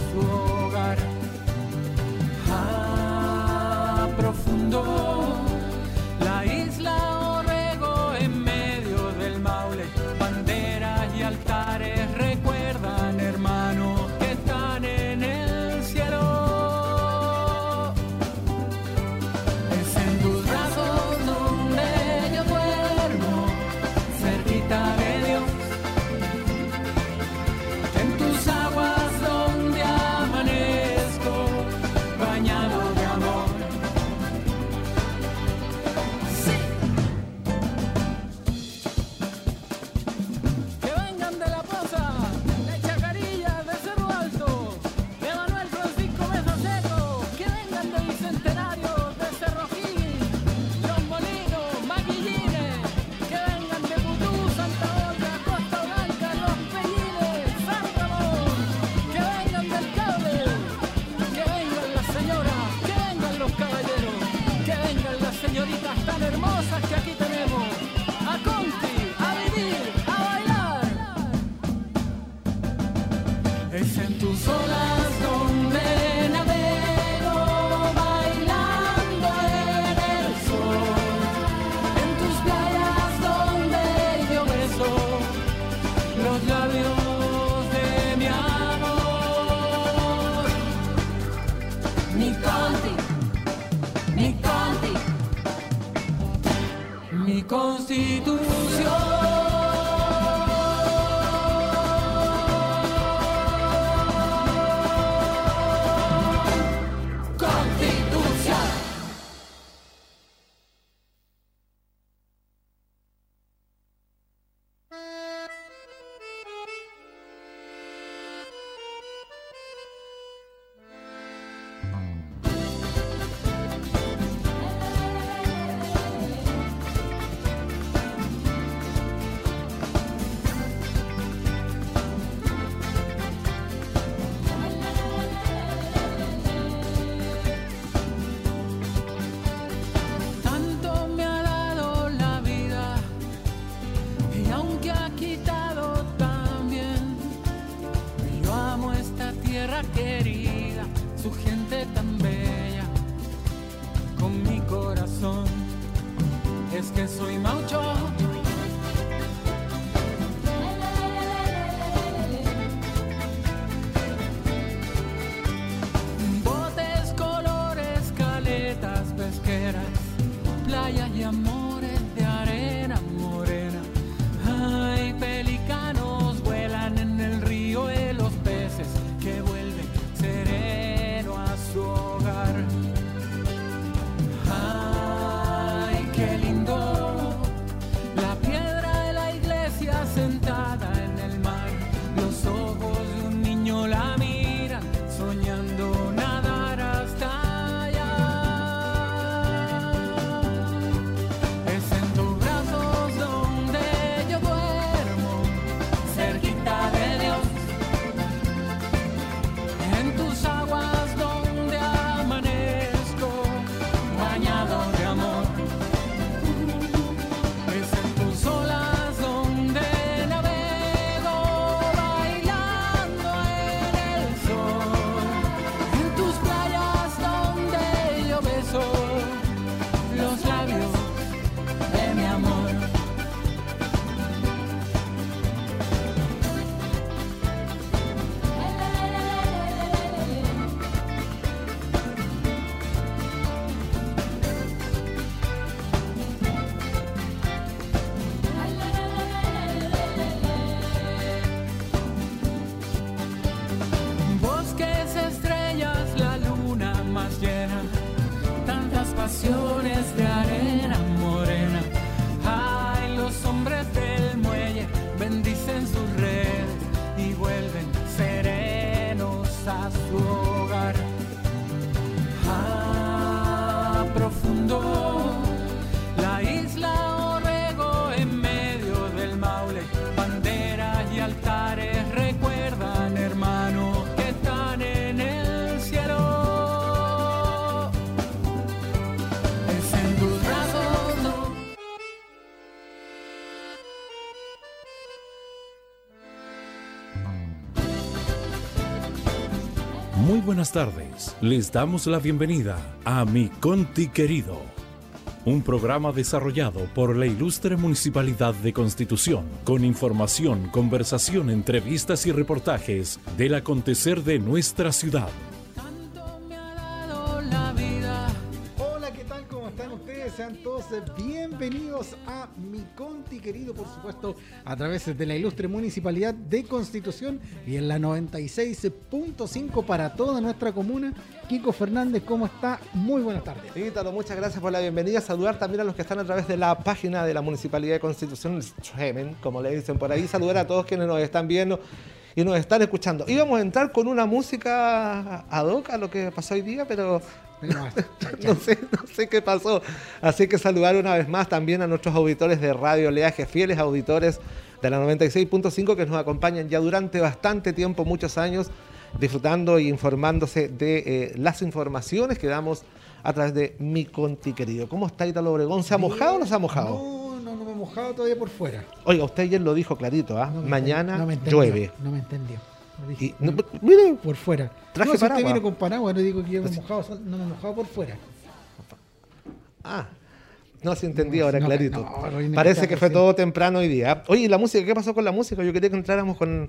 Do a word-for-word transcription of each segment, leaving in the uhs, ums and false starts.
su hogar. Ah, profundo, la isla Orrego en medio del Maule, banderas y altares recuerdan, hermanos, que están en el cielo. Es en tus brazos donde yo duermo, cerquita de Dios, en tus aguas donde amanezco, bañado de amor. Sí. Que vengan de La Poza, de Chacarilla, de Cerro Alto, de Manuel Francisco Mesa Seco, que vengan del Bicentenario, de Cerro Gil, Los Molinos, Maquillines, que vengan de Putú, Santa Olga, Costa Blanca, Los Pellines, San Ramón, que vengan del Cable, que vengan las señoras, que vengan los caballeros, que vengan las señoritas tan hermosas que aquí tenemos, a Conti, a vivir, a bailar. Es en tus olas donde navego, bailando en el sol, en tus playas donde yo beso los labios de mi amor. Mi Conti, mi Conti, mi Constitución. Constitución. Tanto me ha dado la vida, y aunque ha quitado también, yo amo esta tierra querida, su gente tan bella, con mi corazón. Es que soy maucho. Botes, colores, caletas pesqueras, playas y amores de arena morena. Ay, pelicanos vuelan en el río de los peces que vuelven sereno a su hogar. Ay, qué lindo, la piedra de la iglesia sentada en el mar. Los ojos de un niño la miran, soñando nadar hasta allá. Muy buenas tardes. Les damos la bienvenida a Mi Conti Querido, un programa desarrollado por la ilustre Municipalidad de Constitución, con información, conversación, entrevistas y reportajes del acontecer de nuestra ciudad. Tanto me ha dado la vida. Hola, ¿qué tal? ¿Cómo están ustedes? Sean todos bienvenidos a Mi Conti Querido, por supuesto, a través de la ilustre Municipalidad de Constitución y en la noventa y seis punto cinco para toda nuestra comuna. Kiko Fernández, ¿cómo está? Muy buenas tardes. Sí, Talo, muchas gracias por la bienvenida. Saludar también a los que están a través de la página de la Municipalidad de Constitución, el streaming, como le dicen por ahí. Saludar a todos quienes nos están viendo y nos están escuchando. Íbamos a entrar con una música ad hoc a lo que pasó hoy día, pero no sé, no sé qué pasó. Así que saludar una vez más también a nuestros auditores de Radio Oleaje, fieles auditores de la noventa y seis punto cinco que nos acompañan ya durante bastante tiempo, muchos años, disfrutando e informándose de eh, las informaciones que damos a través de Mi Conti Querido. ¿Cómo está Ítalo Obregón? ¿Se ha Bien. mojado o no se ha mojado? No, no, no me he mojado todavía por fuera. Oiga, usted ayer lo dijo clarito, ¿ah? No me Mañana entendió, no me entendió, llueve. No me entendió. Lo dije, Y, no, no, mire, por fuera. traje no, si paraguas. usted viene con paraguas, no digo que yo me he mojado, sol- no me he mojado por fuera. ah, no se entendía No, ahora no, clarito. no, no, no, Parece no, que fue sí. todo temprano hoy día. Oye, ¿y la música? ¿Qué pasó con la música? Yo quería que entráramos con...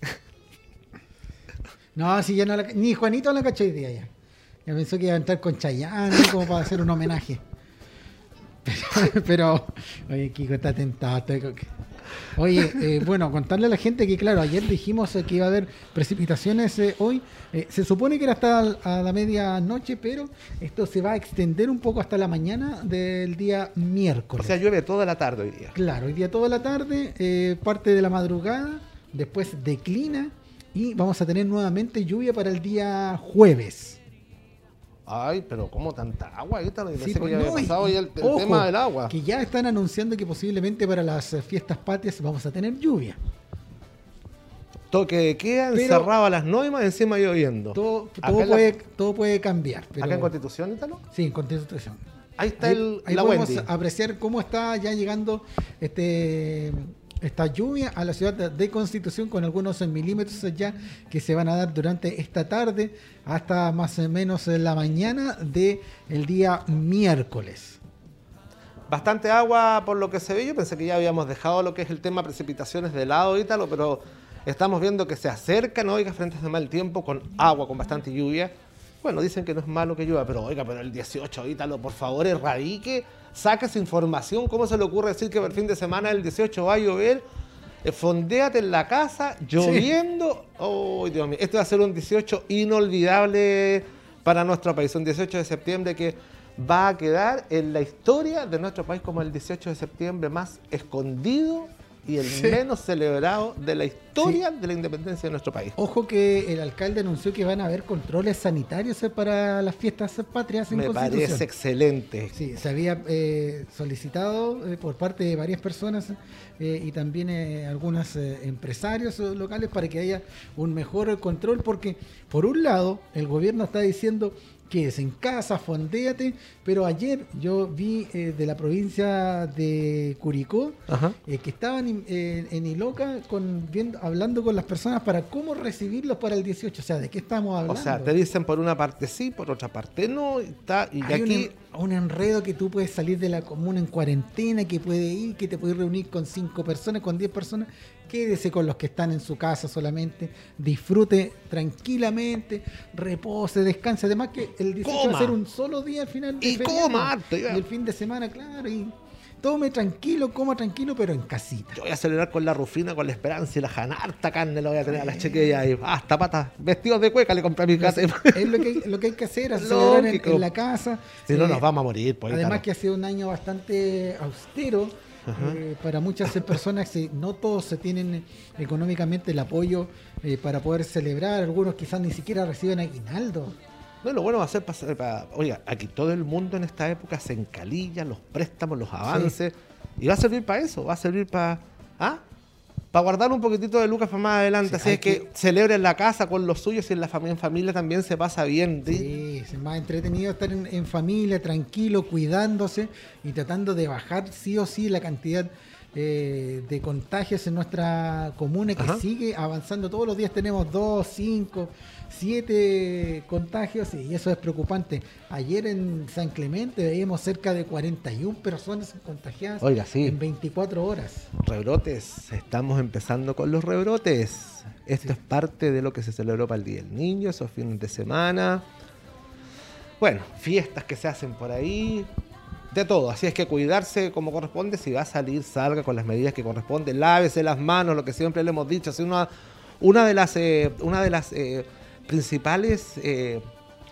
No, si ya no la, ni Juanito la cachó hoy día ya. Ya pensó que iba a entrar con Chayanne como para hacer un homenaje. Pero, pero, oye, Kiko está tentado. Está- Oye, eh, bueno, contarle a la gente que, claro, ayer dijimos eh, que iba a haber precipitaciones eh, hoy. Eh, se supone que era hasta al- a la medianoche, pero esto se va a extender un poco hasta la mañana del día O miércoles. sea, llueve toda la tarde hoy día. Claro, hoy día toda la tarde, eh, parte de la madrugada, después declina y vamos a tener nuevamente lluvia para el día jueves. Ay, pero ¿cómo tanta agua? Ahí está, Sí, pensé que pues, ya había no, y- pasado ya el, el ojo, tema del agua. Que ya están anunciando que posiblemente para las eh, fiestas patrias vamos a tener lluvia. Toque de queda, Pero- encerrado a las nueve y más encima lloviendo. Todo, Acá todo, en la- puede, todo puede cambiar. Pero, ¿Acá en Constitución, Ítalo? sí, en Constitución. Ahí está Ahí, el, ahí la podemos Wendy. apreciar cómo está ya llegando este esta lluvia a la ciudad de, de Constitución con algunos milímetros ya que se van a dar durante esta tarde hasta más o menos en la mañana del día miércoles. Bastante agua por lo que se ve. Yo pensé que ya habíamos dejado lo que es el tema precipitaciones de lado, Ítalo, pero estamos viendo que se acercan, oiga, frentes de mal tiempo, con agua, con bastante lluvia. Bueno, dicen que no es malo que llueva, pero oiga, pero el dieciocho, Ítalo, por favor, erradique, saca esa información. ¿Cómo se le ocurre decir que el fin de semana el dieciocho va a llover? Eh, fondéate en la casa, lloviendo. Oh, Dios mío, este va a ser un dieciocho inolvidable para nuestro país, un dieciocho de septiembre que va a quedar en la historia de nuestro país como el dieciocho de septiembre más escondido y el Sí. menos celebrado de la historia de la independencia de nuestro país. Ojo que el alcalde anunció que van a haber controles sanitarios eh, para las fiestas patrias en Me Constitución. parece excelente. Sí, se había eh, solicitado eh, por parte de varias personas eh, y también eh, algunos eh, empresarios eh, locales para que haya un mejor control, porque por un lado el gobierno está diciendo que es en casa, fondéate, pero ayer yo vi eh, de la provincia de Curicó Ajá. eh, que estaban en, en- en Iloca con, viendo, hablando con las personas para cómo recibirlos para el dieciocho, o sea, ¿de qué estamos O hablando? sea, te dicen por una parte sí, por otra parte no, y, está, y Hay un, aquí... en- un enredo que tú puedes salir de la comuna en cuarentena, que puede ir, que te puedes reunir con cinco personas, con diez personas. Quédese con los que están en su casa solamente, disfrute tranquilamente, repose, descanse. Además que el dieciocho va Coma. a ser un solo día al final de Y feriado. coma harto, ya. Y el fin de semana, claro, y tome tranquilo, coma tranquilo, pero en casita. Yo voy a celebrar con la Rufina, con la Esperanza y la Jana. Harta carne la voy a tener a las chiquillas ahí. Hasta patas, vestidos de cueca le compré a mi casa. Es lo que, lo que hay que hacer, es celebrar en, Lógico. en la casa. Si no, Eh, nos vamos a morir. Pues, Además Ítalo. que ha sido un año bastante austero eh, para muchas personas. eh, no todos se tienen eh, económicamente el apoyo eh, para poder celebrar. Algunos quizás ni siquiera reciben aguinaldo. No, lo bueno va a ser para, para- oiga, aquí todo el mundo en esta época se encalilla, los préstamos, los avances, y va a servir para eso, va a servir para, ¿ah? Para guardar un poquitito de lucas para más adelante. Sí, Así hay es que, que- celebre en la casa con los suyos y en la familia, en familia también se pasa bien. ¿sí? Sí, es más entretenido estar en, en familia, tranquilo, cuidándose y tratando de bajar sí o sí la cantidad eh, de contagios en nuestra comuna, que Ajá. sigue avanzando. Todos los días tenemos dos, cinco, siete contagios y eso es preocupante. Ayer en San Clemente veíamos cerca de cuarenta y una personas contagiadas Oiga, sí. en veinticuatro horas. Rebrotes, estamos empezando con los rebrotes. Esto Sí. es parte de lo que se celebró para el Día del Niño, esos fines de semana. Bueno, fiestas que se hacen por ahí, de todo. Así es que cuidarse como corresponde. Si va a salir, salga con las medidas que corresponden. Lávese las manos, lo que siempre le hemos dicho. Es una, una de las, eh, una de las eh, principales eh,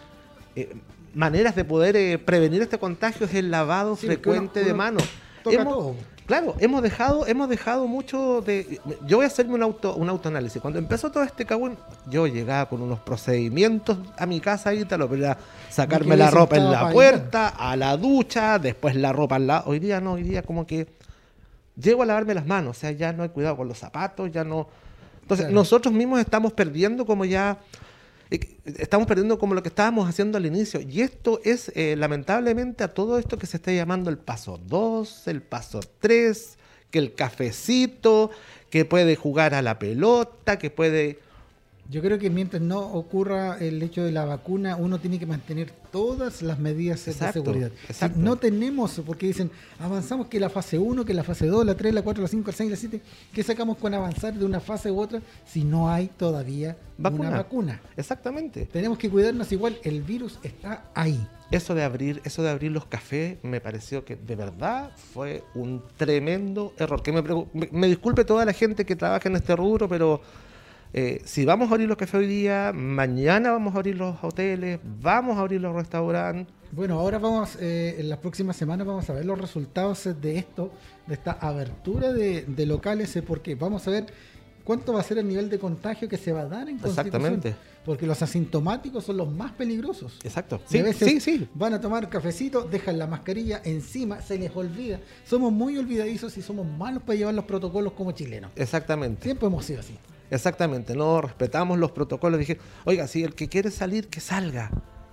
eh, maneras de poder eh, prevenir este contagio es el lavado Sí, frecuente que uno- de uno manos. toca Hemos- todo. Claro, hemos dejado, hemos dejado mucho de... Yo voy a hacerme un, auto, un autoanálisis. Cuando empezó todo este cagüen, yo llegaba con unos procedimientos a mi casa, Ítalo, pero era sacarme Me la quedé ropa en sentado la para puerta, a la ducha, después la ropa en la... Hoy día no, hoy día como que llego a lavarme las manos, o sea, ya no hay cuidado con los zapatos, ya no... Entonces, Claro. nosotros mismos estamos perdiendo como ya... eh, Estamos perdiendo como lo que estábamos haciendo al inicio. Y esto es, eh, lamentablemente, a todo esto que se está llamando el paso dos, el paso tres, que el cafecito, que puede jugar a la pelota, que puede... Yo creo que mientras no ocurra el hecho de la vacuna, uno tiene que mantener todas las medidas Exacto, de seguridad. exacto. Si no tenemos, porque dicen, avanzamos que la fase uno, que la fase dos, la tres, la cuatro, la cinco, la seis, la siete, ¿qué sacamos con avanzar de una fase u otra si no hay todavía Vacuna. una vacuna? Exactamente. Tenemos que cuidarnos igual, el virus está ahí. Eso de abrir, eso de abrir los cafés me pareció que de verdad fue un tremendo error. Que me, pregu- me, me disculpe toda la gente que trabaja en este rubro, pero eh, si vamos a abrir los cafés hoy día, mañana vamos a abrir los hoteles, vamos a abrir los restaurantes. Bueno, ahora vamos, eh, en las próximas semanas vamos a ver los resultados de esto, de esta abertura de, de locales, eh, porque vamos a ver cuánto va a ser el nivel de contagio que se va a dar en Constitución. Exactamente. Porque los asintomáticos son los más peligrosos. Exacto. Y a Sí, veces sí, sí. van a tomar cafecito, dejan la mascarilla encima, se les olvida. Somos muy olvidadizos y somos malos para llevar los protocolos como chilenos. Exactamente. Siempre hemos sido así. Exactamente. No respetamos los protocolos. Dije, oiga, si el que quiere salir, que salga.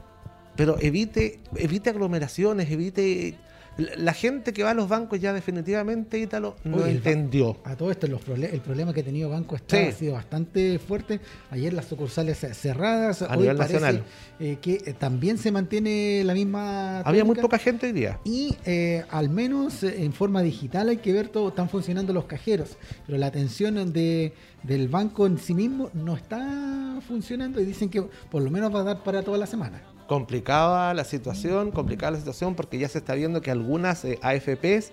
Pero evite, evite aglomeraciones, evite... La gente que va a los bancos ya definitivamente, Ítalo, no Oye, el ba- entendió. A todo esto, los prole- el problema que ha tenido Banco Estado Sí. ha sido bastante fuerte. Ayer las sucursales eh, cerradas. A Hoy nivel parece, nacional. eh, que eh, también se mantiene la misma. Había muy tónica. poca gente hoy día. Y eh, al menos eh, en forma digital hay que ver todo, están funcionando los cajeros, pero la atención de, del banco en sí mismo no está funcionando y dicen que por lo menos va a dar para toda la semana. Complicada la situación, complicada la situación porque ya se está viendo que algunas eh, A F Pes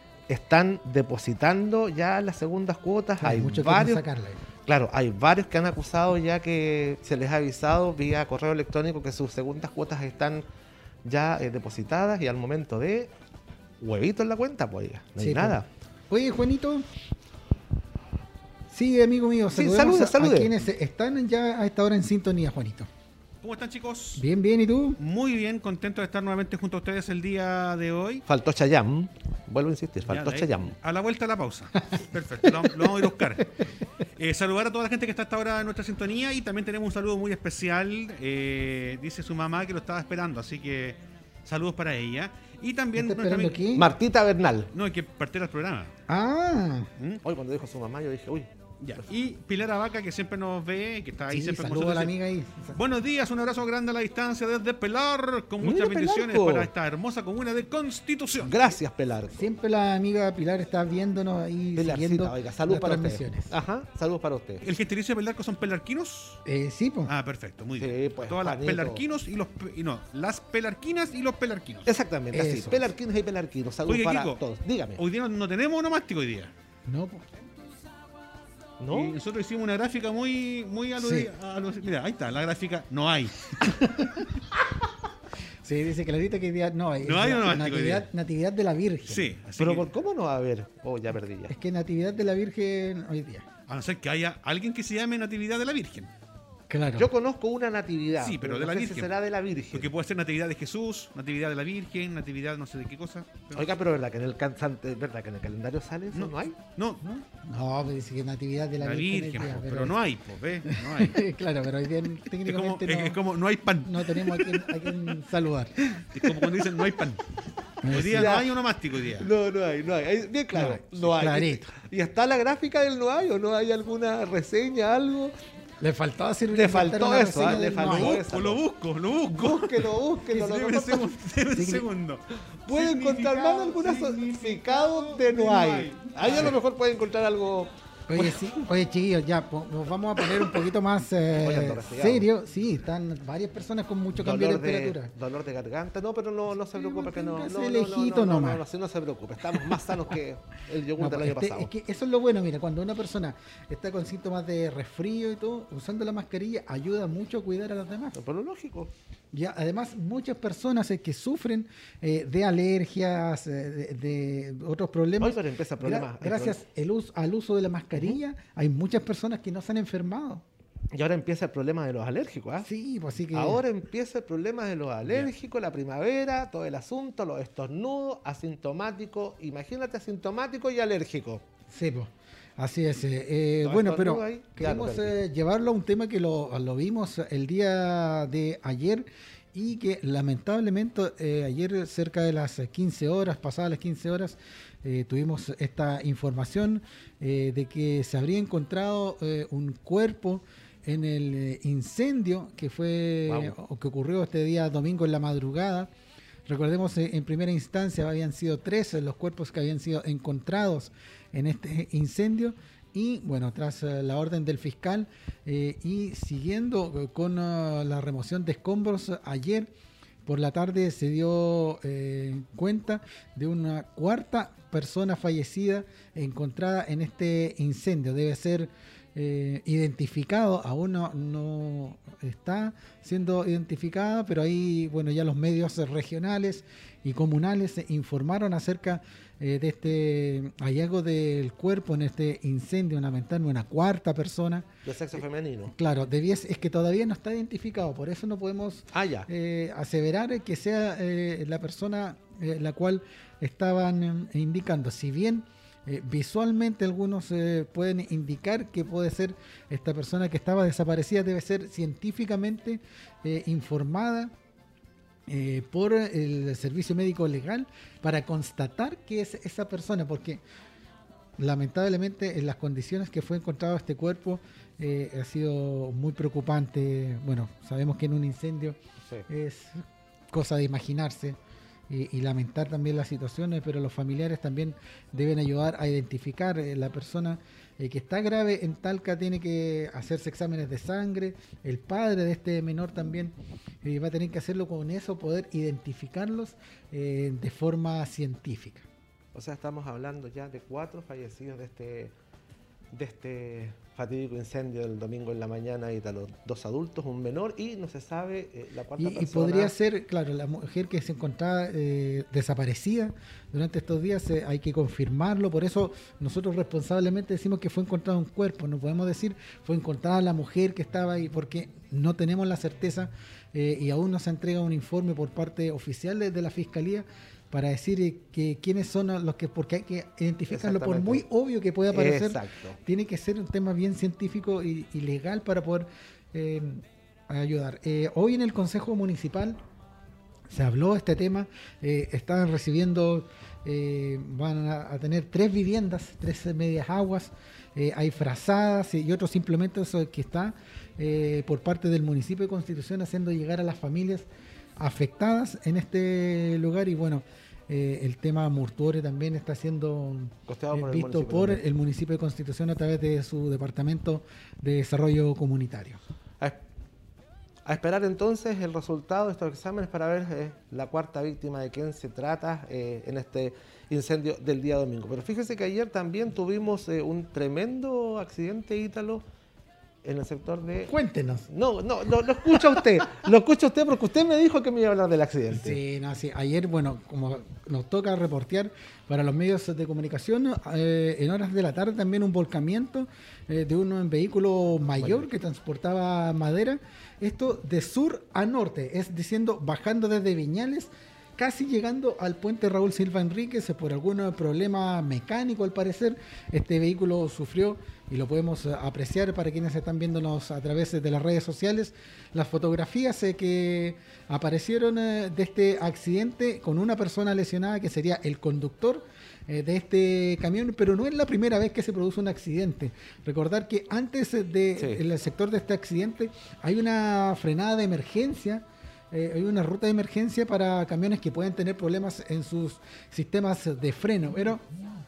están depositando ya las segundas cuotas. Hay hay mucho que varios, sacarle. claro, hay varios que han acusado ya que se les ha avisado vía correo electrónico que sus segundas cuotas están ya eh, depositadas y al momento de huevito en la cuenta, pues ya, no hay Sí, nada. pues. Oye, Juanito. Sí, amigo mío, Sí, saludemos salude, a- salude. a quienes están ya a esta hora en sintonía, Juanito. ¿Cómo están, chicos? Bien, bien, ¿y tú? Muy bien, contento de estar nuevamente junto a ustedes el día de hoy. Faltó Chayam, vuelvo a insistir, Ya, faltó de ahí, Chayam. a la vuelta de la pausa. Perfecto, lo, lo vamos a ir a buscar. Eh, saludar a toda la gente que está hasta ahora en nuestra sintonía y también tenemos un saludo muy especial. Eh, dice su mamá que lo estaba esperando, así que saludos para ella. Y también ¿Está nuestra esperando amiga- qué? Martita Bernal. No, hay que partir al programa. Ah, ¿Mm? Hoy cuando dijo su mamá yo dije, uy, Ya. Y Pilar Abaca, que siempre nos ve, que está ahí sí, siempre con saludo a la nosotros. amiga ahí. Buenos días, un abrazo grande a la distancia desde Pelar, con Mira, muchas bendiciones Pelarco. para esta hermosa comuna de Constitución. gracias Pelar. Siempre la amiga Pilar está viéndonos ahí, siguiendo Pilarcita, oiga, salud las para usted. transmisiones. Ajá, salud para usted. ¿El gentilicio de Pelarco son pelarquinos? Eh, sí, pues. Ah, perfecto, muy Sí, bien. pues, Todas las Juanito. pelarquinos y los pe- y no, las pelarquinas y los pelarquinos. Exactamente, así. Eso es. Pelarquinos y pelarquinos. Saludos Oye, para Kiko, todos. Dígame. Hoy día no, no tenemos onomástico hoy día. No, pues. ¿No? Y nosotros hicimos una gráfica muy muy aludi- Sí. alu- mira, ahí está, la gráfica no hay. Sí, dice Clarita que hoy día no hay. No es hay la onomástico hoy natividad, día. natividad de la Virgen. Sí, así Pero que, por cómo no va a haber. Oh, ya perdí ya. Es que Natividad de la Virgen hoy día. a no ser que haya alguien que se llame Natividad de la Virgen. Claro. Yo conozco una natividad. Sí, pero de no la sé si Virgen. será de la Virgen. Porque puede ser Natividad de Jesús, Natividad de la Virgen, Natividad no sé de qué cosa. pero- Oiga, pero verdad que en el cantante, verdad que en el calendario sale eso, No. ¿no hay? No, No, pues dice que Natividad de la, la Virgen. Virgen, hoy día, po, pero no hay, pues, ¿ves? No hay. claro, pero hoy día Es como, técnicamente es, no, es como no hay pan. no tenemos a quien, a quien saludar. Es como cuando dicen no hay pan. Hoy día Ya. no hay onomástico hoy día. No, no hay, no hay. Ahí, bien claro, No no hay, hay. clarito. ¿Y está la gráfica del no hay o no hay alguna reseña, algo? Le faltó hacer Le faltó una eso, reseña ah, le del faltó no hay. eso. Lo busco, lo busco. Búsquelo, búsquelo. lo Deme un conozco. segundo. deme un Sí. segundo. Puede encontrar más de algún significado de no hay. Ahí a lo mejor puede encontrar algo. Oye, sí, oye, chiquillos, ya, po- nos vamos a poner un poquito más eh, Oye, ando resfriado. serio. Sí, están varias personas con mucho cambio de Dolor de, temperatura. dolor de garganta. No, pero no, no se preocupe que no. No, manténgase no, no, lejito no, no, nomás. no, no, sí, no se preocupe. Estamos más sanos que el yogur No, del pues, año este- pasado. es que eso es lo bueno, mira, cuando una persona está con síntomas de resfrío y todo, usando la mascarilla ayuda mucho a cuidar a los demás. No, pero lógico. Ya, además, muchas personas eh, que sufren eh, de alergias, eh, de, de otros problemas, Hoy pero empieza el problema. gra- el gracias el us- al uso de la mascarilla, hay muchas personas que no se han enfermado. Y ahora empieza el problema de los alérgicos, ¿ah? Sí, pues así que... Ahora empieza el problema de los alérgicos, la primavera, todo el asunto, los estornudos, asintomático. Imagínate asintomático y alérgico. Sí, pues. Así es. eh, eh, No, bueno, esto pero no hay- ya queremos lo perdí. eh, llevarlo a un tema que lo, lo vimos el día de ayer y que lamentablemente eh, ayer cerca de las quince horas, pasadas las quince horas, eh, tuvimos esta información eh, de que se habría encontrado eh, un cuerpo en el eh, incendio que fue Wow. o que ocurrió este día domingo en la madrugada. Recordemos, eh, en primera instancia habían sido tres los cuerpos que habían sido encontrados en este incendio y bueno, tras eh, la orden del fiscal eh, y siguiendo eh, con uh, la remoción de escombros, ayer por la tarde se dio eh, cuenta de una cuarta persona fallecida encontrada en este incendio. Debe ser eh, identificado, aún no, no está siendo identificada, pero ahí, bueno, ya los medios regionales y comunales se informaron acerca eh, de este hallazgo del cuerpo en este incendio lamentable, una cuarta persona. De sexo femenino. Claro, debies, es que todavía no está identificado, por eso no podemos Ah, ya. eh, aseverar que sea eh, la persona eh, la cual estaban eh, indicando. Si bien eh, visualmente algunos eh, pueden indicar que puede ser esta persona que estaba desaparecida, debe ser científicamente eh, informada eh, por el servicio médico legal para constatar que es esa persona, porque lamentablemente en las condiciones que fue encontrado este cuerpo eh, ha sido muy preocupante. Bueno, sabemos que en un incendio Sí. es cosa de imaginarse y, y lamentar también las situaciones, pero los familiares también deben ayudar a identificar eh, la persona eh, que está grave en Talca. Tiene que hacerse exámenes de sangre, el padre de este menor también eh, va a tener que hacerlo con eso, poder identificarlos eh, de forma científica. O sea, estamos hablando ya de cuatro fallecidos de este, de este fatídico incendio del domingo en la mañana y de los dos adultos, un menor y no se sabe eh, la cuarta Y, y persona. podría ser, claro, la mujer que se encontraba eh, desaparecida durante estos días, eh, hay que confirmarlo. Por eso nosotros responsablemente decimos que fue encontrado un cuerpo. No podemos decir fue encontrada la mujer que estaba ahí, porque no tenemos la certeza eh, y aún no se entrega un informe por parte oficial de, de la Fiscalía para decir eh, que quiénes son los que, porque hay que identificarlo, por Exactamente. muy obvio que pueda parecer. Exacto. Tiene que ser un tema bien científico y, y legal para poder eh, ayudar. Eh, hoy en el Consejo Municipal se habló de este tema, eh, estaban recibiendo, eh, van a, a tener tres viviendas, tres medias aguas, eh, hay frazadas y otros implementos que está eh, por parte del municipio de Constitución haciendo llegar a las familias afectadas en este lugar. Y bueno, eh, el tema mortuorio también está siendo Costeado eh, por el visto municipio por también. el municipio de Constitución a través de su departamento de desarrollo comunitario. A, es- a esperar entonces el resultado de estos exámenes para ver eh, la cuarta víctima de quién se trata eh, en este incendio del día domingo. Pero fíjese que ayer también tuvimos eh, un tremendo accidente, Ítalo, en el sector de... Cuéntenos. No, no, lo, lo escucha usted, lo escucha usted porque usted me dijo que me iba a hablar del accidente. Sí, no, sí. Ayer, bueno, como nos toca reportear para los medios de comunicación, eh, en horas de la tarde también un volcamiento eh, de un vehículo mayor que transportaba madera. Esto de sur a norte, es diciendo, bajando desde Viñales, casi llegando al puente Raúl Silva Enríquez. Por algún problema mecánico, al parecer, este vehículo sufrió, y lo podemos apreciar para quienes están viéndonos a través de las redes sociales, las fotografías eh, que aparecieron eh, de este accidente con una persona lesionada, que sería el conductor eh, de este camión, pero no es la primera vez que se produce un accidente. Recordar que antes de Sí. el sector de este accidente hay una frenada de emergencia. Eh, hay una ruta de emergencia para camiones que pueden tener problemas en sus sistemas de freno, pero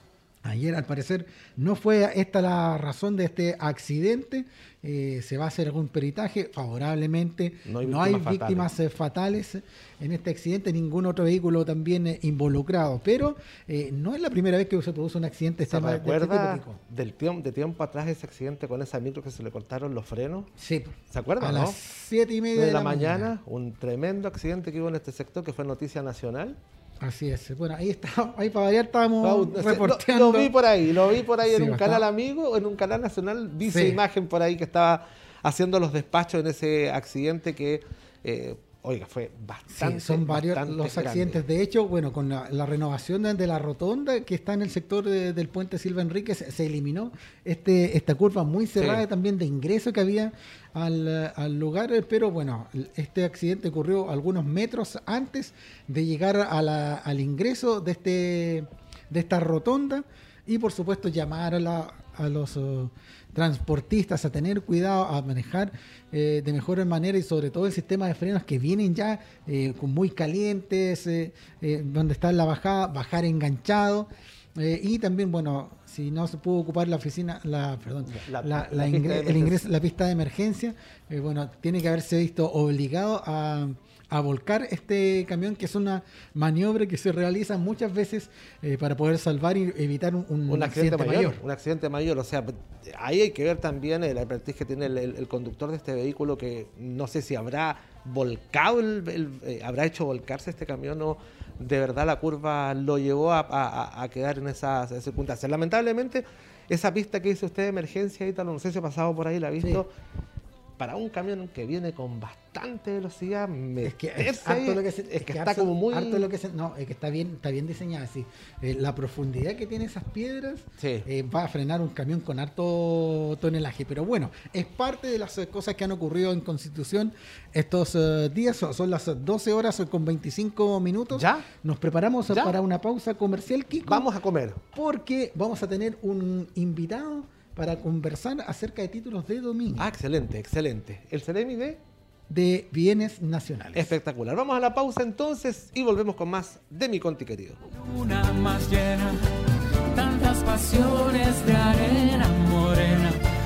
ayer al parecer no fue esta la razón de este accidente. Eh, se va a hacer algún peritaje favorablemente. No hay No hay víctimas víctimas eh, fatales en este accidente, ningún otro vehículo también eh, involucrado, pero eh, no es la primera vez que se produce un accidente ¿Se de este recuerda tipo. del tiempo, de tiempo atrás ese accidente con esa micro que se le cortaron los frenos? Sí, ¿Se acuerda, a no? las siete y media De la mañana, un tremendo accidente que hubo en este sector que fue noticia nacional. Así es. Bueno, ahí está, ahí para variar estábamos No, no sé, reporteando. Lo, lo vi por ahí, lo vi por ahí Sí, en un bastante. canal amigo, en un canal nacional, vi esa Sí. imagen por ahí que estaba haciendo los despachos en ese accidente que, eh, oiga, fue bastante. Sí, son varios bastante los accidentes. grande. De hecho, bueno, con la, la renovación de, de la rotonda que está en el sector de- del puente Silva Enríquez, se eliminó este, esta curva muy cerrada Sí. también de ingreso que había al, eh, al lugar, eh, pero bueno, este accidente ocurrió algunos metros antes de llegar a la- al ingreso de, este, de esta rotonda, y por supuesto llamar a, la, a los eh, transportistas a tener cuidado, a manejar eh, de mejor manera, y sobre todo el sistema de frenos que vienen ya eh, con muy calientes, eh, eh, donde está la bajada, bajar enganchado. Eh, y también, bueno, si no se pudo ocupar la oficina, la, perdón, La- la, la la pista ingre- de el emergencia. ingreso, la pista de emergencia, eh, bueno, tiene que haberse visto obligado a, a volcar este camión, que es una maniobra que se realiza muchas veces eh, para poder salvar y evitar un, un Un accidente, accidente mayor, mayor. un accidente mayor, o sea, ahí hay que ver también el expertise que tiene el, el- el conductor de este vehículo, que no sé si habrá volcado, el, el- eh, habrá hecho volcarse este camión, o de verdad la curva lo llevó a, a- a quedar en esas circunstancias. Lamentablemente, esa pista que dice usted de emergencia, Ítalo, no sé si ha pasado por ahí, la ha visto. Para un camión que viene con bastante velocidad, Es que es meterse ahí, harto lo que se, es es que que está harto- como muy... harto lo que se- no, es que está bien, está bien diseñada así. Eh, la profundidad que tiene esas piedras Sí. eh, va a frenar un camión con harto tonelaje. Pero bueno, es parte de las eh, cosas que han ocurrido en Constitución estos eh, días. Son, son las doce horas con veinticinco minutos. ¿Ya? Nos preparamos eh, ¿Ya? para una pausa comercial, Kiko. Vamos a comer. Porque vamos a tener un invitado para conversar acerca de títulos de dominio Ah, excelente, excelente. El Ceremi de... de bienes nacionales. Espectacular. Vamos a la pausa entonces y volvemos con más de Mi Conti querido. Una más llena, tantas pasiones de arena morena.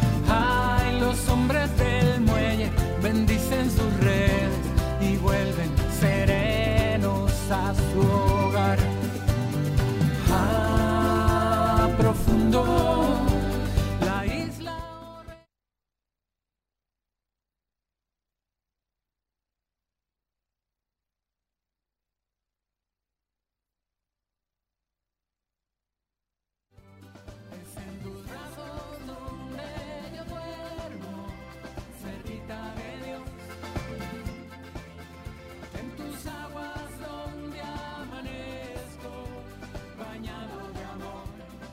Ay, los hombres del muelle bendicen sus redes y vuelven serenos a su hogar. Ah, profundo, la isla. Es en tus brazos donde yo duermo, cerquita de Dios. En tus aguas donde amanezco, bañado de amor.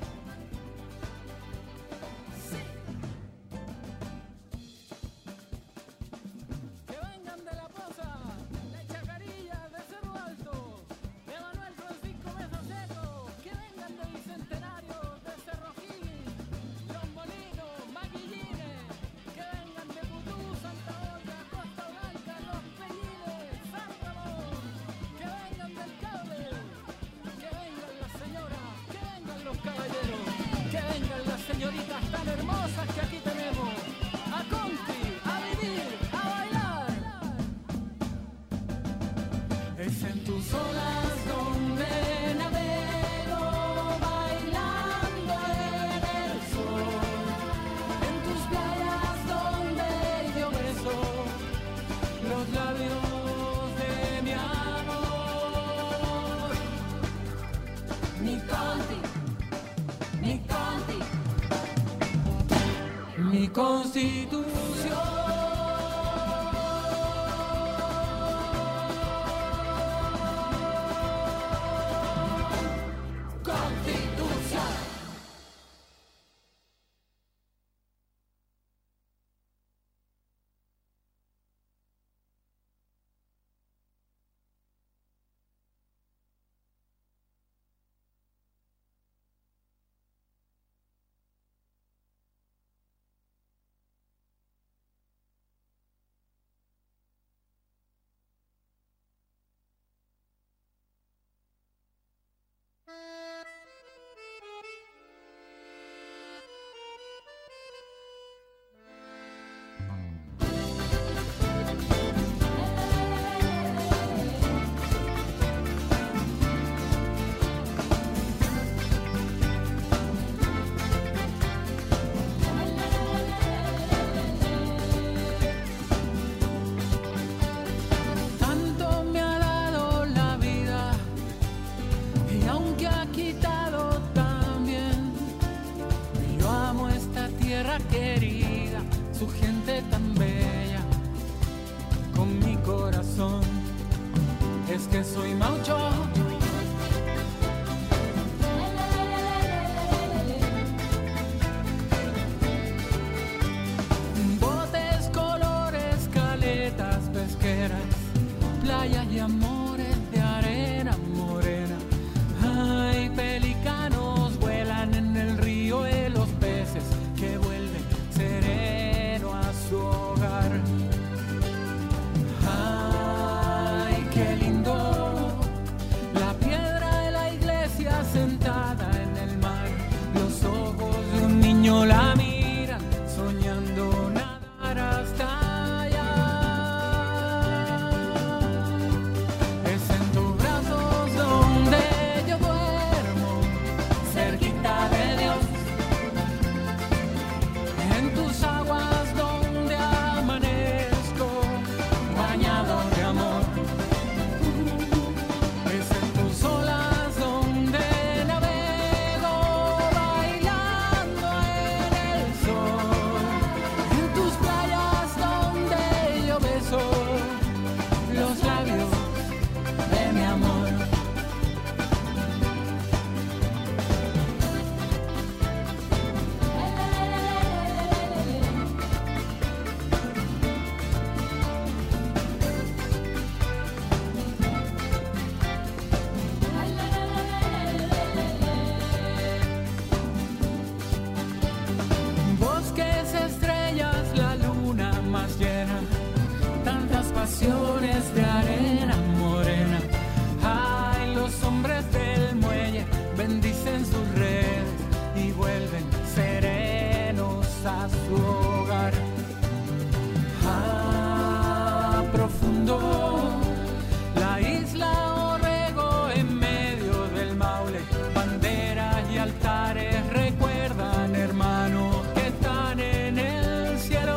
Sí. Que vengan de La Poza, de Chacarilla, de Cerro Alto, de Manuel Francisco Mesa Seco, que vengan de Bicentenario, de Cerro Gil, Los Molinos, Maquillines, que vengan de Putú, Santa Olga, Costa Blanca, Los Pellines, San Ramón, que vengan del Cable, que vengan las señoras, que vengan los caballeros, que vengan las señoritas tan hermosas que aquí tenemos, a Conti, a vivir, a bailar. Es en tus olas donde navego, bailando en el sol. En tus playas donde yo beso los labios de mi amor. Mi Conti, mi Conti, mi Constitución. es que soy maucho. Botes, colores, caletas pesqueras, playas y amores de arena morena. Ay, pelicanos vuelan en el río y los peces que vuelven sereno a su hogar. Ay, qué lindo, la piedra de la iglesia sentada en el mar. Los ojos de un niño la miran, soñando nadar hasta allá. Es en tus brazos donde yo duermo, cerquita de Dios. En tus aguas donde amanezco, bañado de amor. Es en tus olas donde navego, bailando en el sol. En tus playas donde yo beso los labios de mi amor. Bosques, estrellas, la luna más llena, tantas pasiones de arena morena. Ay, los hombres del muelle bendicen sus redes y vuelven serenos a su hogar. Ah, profundo, la isla Orrego en medio del Maule, banderas y altares recuerdan, hermanos, que están en el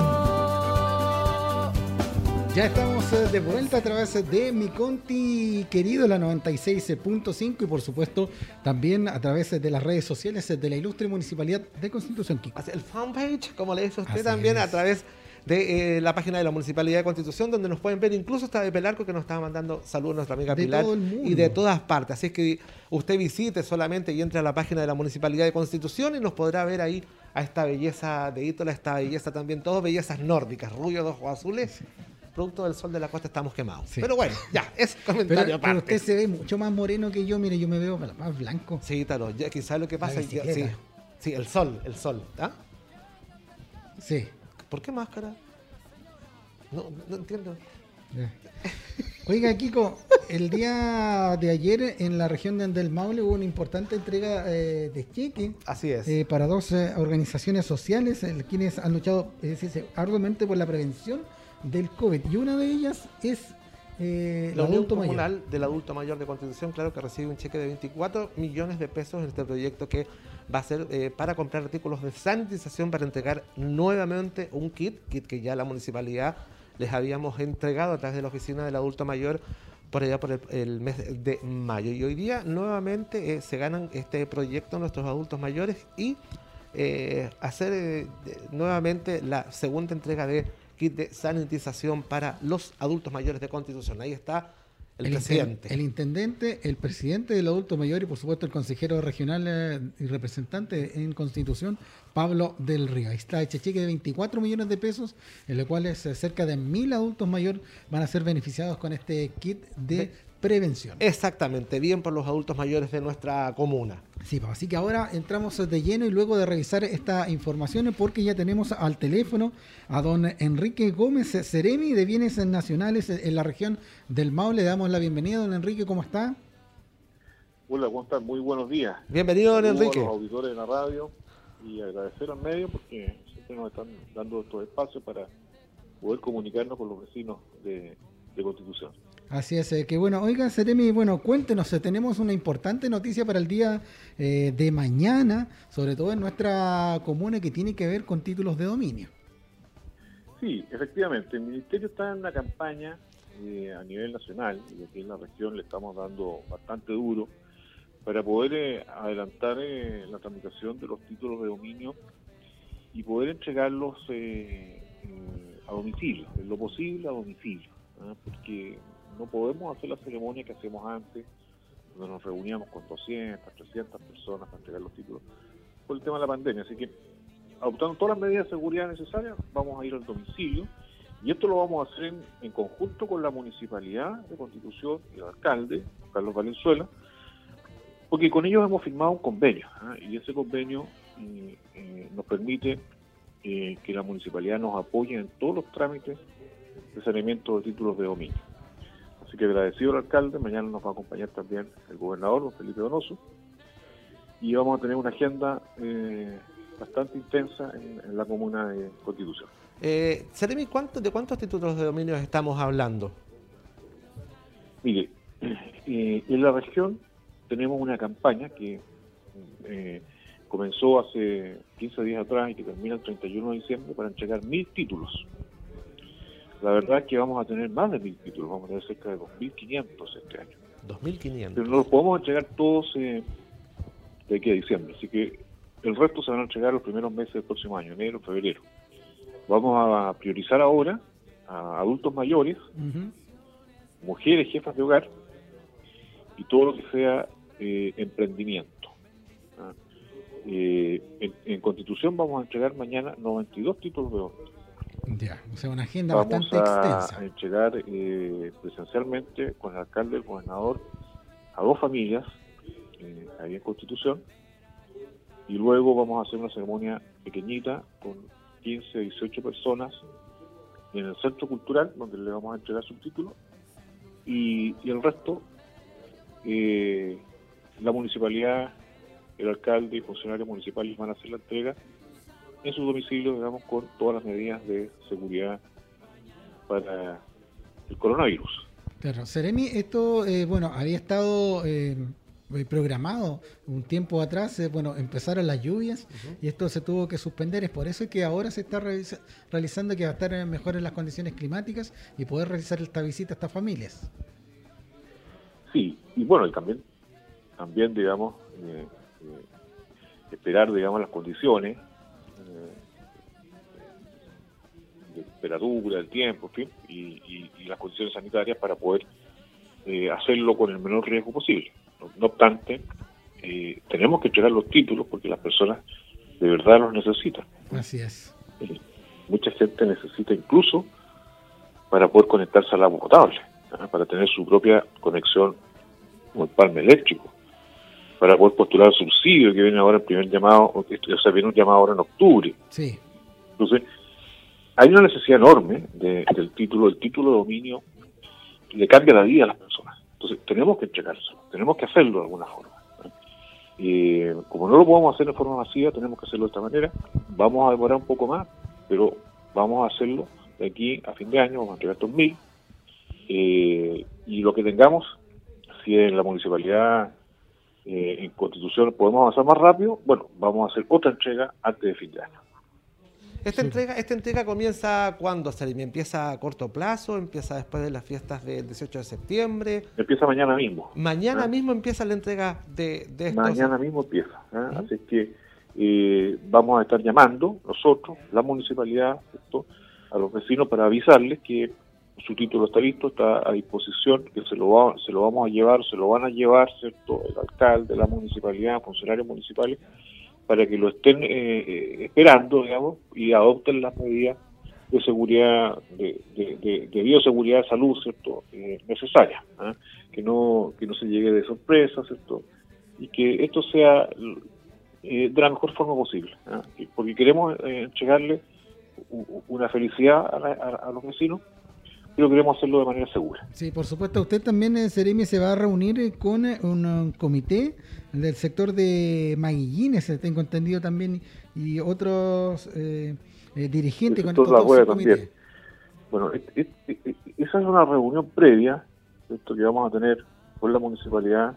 cielo. Ya estamos eh, de vuelta a través de mi Conti querido, la noventa y seis punto cinco, y por supuesto también a través de las redes sociales de la ilustre Municipalidad de Constitución, Kiko. Así, el fanpage, como le dice usted, Así también es. a través de eh, la página de la Municipalidad de Constitución, donde nos pueden ver, incluso está de Pelarco, que nos estaba mandando saludos a nuestra amiga De Pilar, todo el mundo. y de todas partes. Así es que usted visite solamente y entre a la página de la Municipalidad de Constitución y nos podrá ver ahí a esta belleza de Ítola, esta belleza también, todas bellezas nórdicas, rubio de ojos azules. Producto del sol de la costa estamos quemados. Sí. Pero bueno, ya, es Pero, comentario pero aparte. usted se ve mucho más moreno que yo, mire, yo me veo más blanco. Sí, Taro, ya quizás lo que pasa es que sí, bicicleta. sí, el sol, el sol. ¿Ah? Sí. ¿Por qué máscara? No, no entiendo. Ya. Oiga, Kiko, el día de ayer en la región de del Maule hubo una importante entrega eh, de cheque Así es. eh, para dos eh, organizaciones sociales, eh, quienes han luchado es decir, arduamente por la prevención del COVID. Y una de ellas es eh, el La Unión adulto mayor. Comunal del Adulto Mayor de Constitución, claro, que recibe un cheque de veinticuatro millones de pesos en este proyecto que va a ser eh, para comprar artículos de sanitización para entregar nuevamente un kit, kit que ya la municipalidad les habíamos entregado a través de la oficina del adulto mayor por allá por el, el mes de mayo. Y hoy día nuevamente eh, se ganan este proyecto nuestros adultos mayores y eh, hacer eh, de- nuevamente la segunda entrega de kit de sanitización para los adultos mayores de Constitución. Ahí está el, inten- presidente. el intendente, el presidente del adulto mayor y por supuesto el consejero regional eh, y representante en Constitución, Pablo del Río. Ahí está este cheque de veinticuatro millones de pesos, en lo cual es, eh, cerca de mil adultos mayores van a ser beneficiados con este kit de De- prevención. Exactamente, bien por los adultos mayores de nuestra comuna. Sí, pues, así que ahora entramos de lleno y luego de revisar esta información, porque ya tenemos al teléfono a don Enrique Gómez Ceremi de Bienes Nacionales en la región del Maule. Le damos la bienvenida, don Enrique, ¿cómo está? Hola, ¿cómo están? Muy buenos días. Bienvenido, don Saludos Enrique. a los auditores de la radio y agradecer al medio porque siempre nos están dando estos espacios para poder comunicarnos con los vecinos de, de Constitución. Así es, eh, que bueno, oiga, Ceremi, bueno, cuéntenos, eh, tenemos una importante noticia para el día eh, de mañana, sobre todo en nuestra comuna, que tiene que ver con títulos de dominio. Sí, efectivamente, el Ministerio está en una campaña eh, a nivel nacional y aquí en la región le estamos dando bastante duro para poder eh, adelantar eh, la tramitación de los títulos de dominio y poder entregarlos eh, eh, a domicilio, en lo posible a domicilio, ¿ah? Porque no podemos hacer la ceremonia que hacíamos antes, donde nos reuníamos con doscientas, trescientas personas para entregar los títulos, por el tema de la pandemia. Así que, adoptando todas las medidas de seguridad necesarias, vamos a ir al domicilio, y esto lo vamos a hacer en, en conjunto con la Municipalidad de Constitución y el alcalde, Carlos Valenzuela, porque con ellos hemos firmado un convenio, ¿eh? Y ese convenio eh, eh, nos permite eh, que la municipalidad nos apoye en todos los trámites de saneamiento de títulos de dominio. Así que agradecido al alcalde, mañana nos va a acompañar también el gobernador, don Felipe Donoso, y vamos a tener una agenda eh, bastante intensa en, en la comuna de Constitución. Eh, Seremi, ¿cuánto, ¿de cuántos títulos de dominio estamos hablando? Mire, eh, en la región tenemos una campaña que eh, comenzó hace quince días atrás y que termina el treinta y uno de diciembre para entregar mil títulos. La verdad es que vamos a tener más de mil títulos, vamos a tener cerca de dos mil quinientos este año. dos mil quinientos. Pero no los podemos entregar todos eh, de aquí a diciembre, así que el resto se van a entregar los primeros meses del próximo año, enero, febrero. Vamos a priorizar ahora a adultos mayores, Ujú. mujeres, jefas de hogar y todo lo que sea eh, emprendimiento. ¿Ah? Eh, en, en Constitución vamos a entregar mañana noventa y dos títulos de dominio. Ya, o sea, una agenda Vamos bastante a, a extensa. entregar eh, presencialmente con el alcalde y el gobernador a dos familias eh, ahí en Constitución, y luego vamos a hacer una ceremonia pequeñita con quince, dieciocho personas en el Centro Cultural, donde le vamos a entregar subtítulos, y, y el resto eh, la municipalidad, el alcalde y funcionarios municipales van a hacer la entrega en su domicilio, digamos, con todas las medidas de seguridad para el coronavirus. Claro, Seremi, esto, eh, bueno, había estado eh, programado un tiempo atrás, eh, bueno, empezaron las lluvias uh-huh. y esto se tuvo que suspender, es por eso que ahora se está realiza- realizando que va a estar en mejor en las condiciones climáticas y poder realizar esta visita a estas familias. Sí, y bueno, y también, también digamos, eh, eh, esperar, digamos, las condiciones de temperatura, del tiempo, en fin, y, y, y las condiciones sanitarias para poder eh, hacerlo con el menor riesgo posible. No, no obstante, eh, tenemos que entregar los títulos porque las personas de verdad los necesitan. Así es. Eh, mucha gente necesita incluso para poder conectarse al agua potable, ¿eh? Para tener su propia conexión con el palme eléctrico, para poder postular el subsidio que viene ahora el primer llamado, o sea, viene un llamado ahora en octubre. Sí. Entonces, hay una necesidad enorme de, del título, el título de dominio le cambia la vida a las personas. Entonces, tenemos que entregárselo, tenemos que hacerlo de alguna forma. Eh, como no lo podemos hacer de forma masiva, tenemos que hacerlo de esta manera. Vamos a demorar un poco más, pero vamos a hacerlo de aquí a fin de año, vamos a entregar estos mil. Eh, y lo que tengamos, si en la municipalidad, eh, en Constitución podemos avanzar más rápido, bueno, vamos a hacer otra entrega antes de fin de año. Esta entrega, esta entrega comienza ¿cuándo, Seremi? ¿Empieza a corto plazo? ¿Empieza después de las fiestas del dieciocho de septiembre? Empieza mañana mismo. Mañana ¿eh? mismo empieza la entrega de, de estos... Mañana mismo empieza. ¿eh? ¿Mm? Así que eh, vamos a estar llamando nosotros, la municipalidad, ¿cierto?, a los vecinos para avisarles que su título está listo, está a disposición, que se lo, va, se lo vamos a llevar, se lo van a llevar, ¿cierto?, el alcalde, la municipalidad, funcionarios municipales, para que lo estén eh, eh, esperando, digamos, y adopten las medidas de seguridad, de, de, de, de bioseguridad, de salud, ¿cierto?, eh, necesarias, ¿eh? que no que no se llegue de sorpresa, ¿cierto?, y que esto sea eh, de la mejor forma posible, ¿eh? porque queremos eh, entregarle una felicidad a, la, a, a los vecinos, pero queremos hacerlo de manera segura. Sí, por supuesto. Usted también, eh, Seremi, se va a reunir eh, con eh, un, un comité del sector de Maguillines, eh, tengo entendido también, y otros eh, eh, dirigentes con todo todo su comité. También. Bueno, es, es, es, esa es una reunión previa, ¿cierto?, que vamos a tener con la municipalidad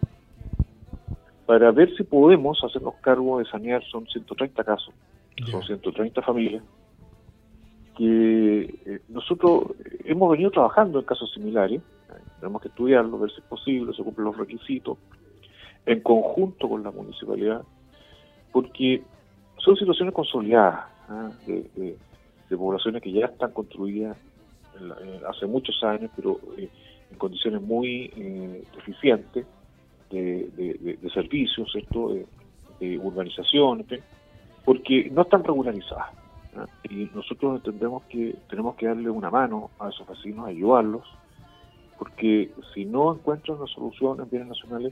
para ver si podemos hacernos cargo de sanear. Son ciento treinta casos, yeah. son ciento treinta familias, que eh, nosotros hemos venido trabajando en casos similares. Tenemos que estudiarlo, ver si es posible, se cumplen los requisitos, en conjunto con la municipalidad, porque son situaciones consolidadas, ¿eh? de, de, de poblaciones que ya están construidas en la, en, hace muchos años, pero eh, en condiciones muy eh, deficientes de, de, de, de servicios, ¿cierto? De, de urbanización, ¿sí? Porque no están regularizadas, ¿no? Y nosotros entendemos que tenemos que darle una mano a esos vecinos, ayudarlos, porque si no encuentran una solución en bienes nacionales,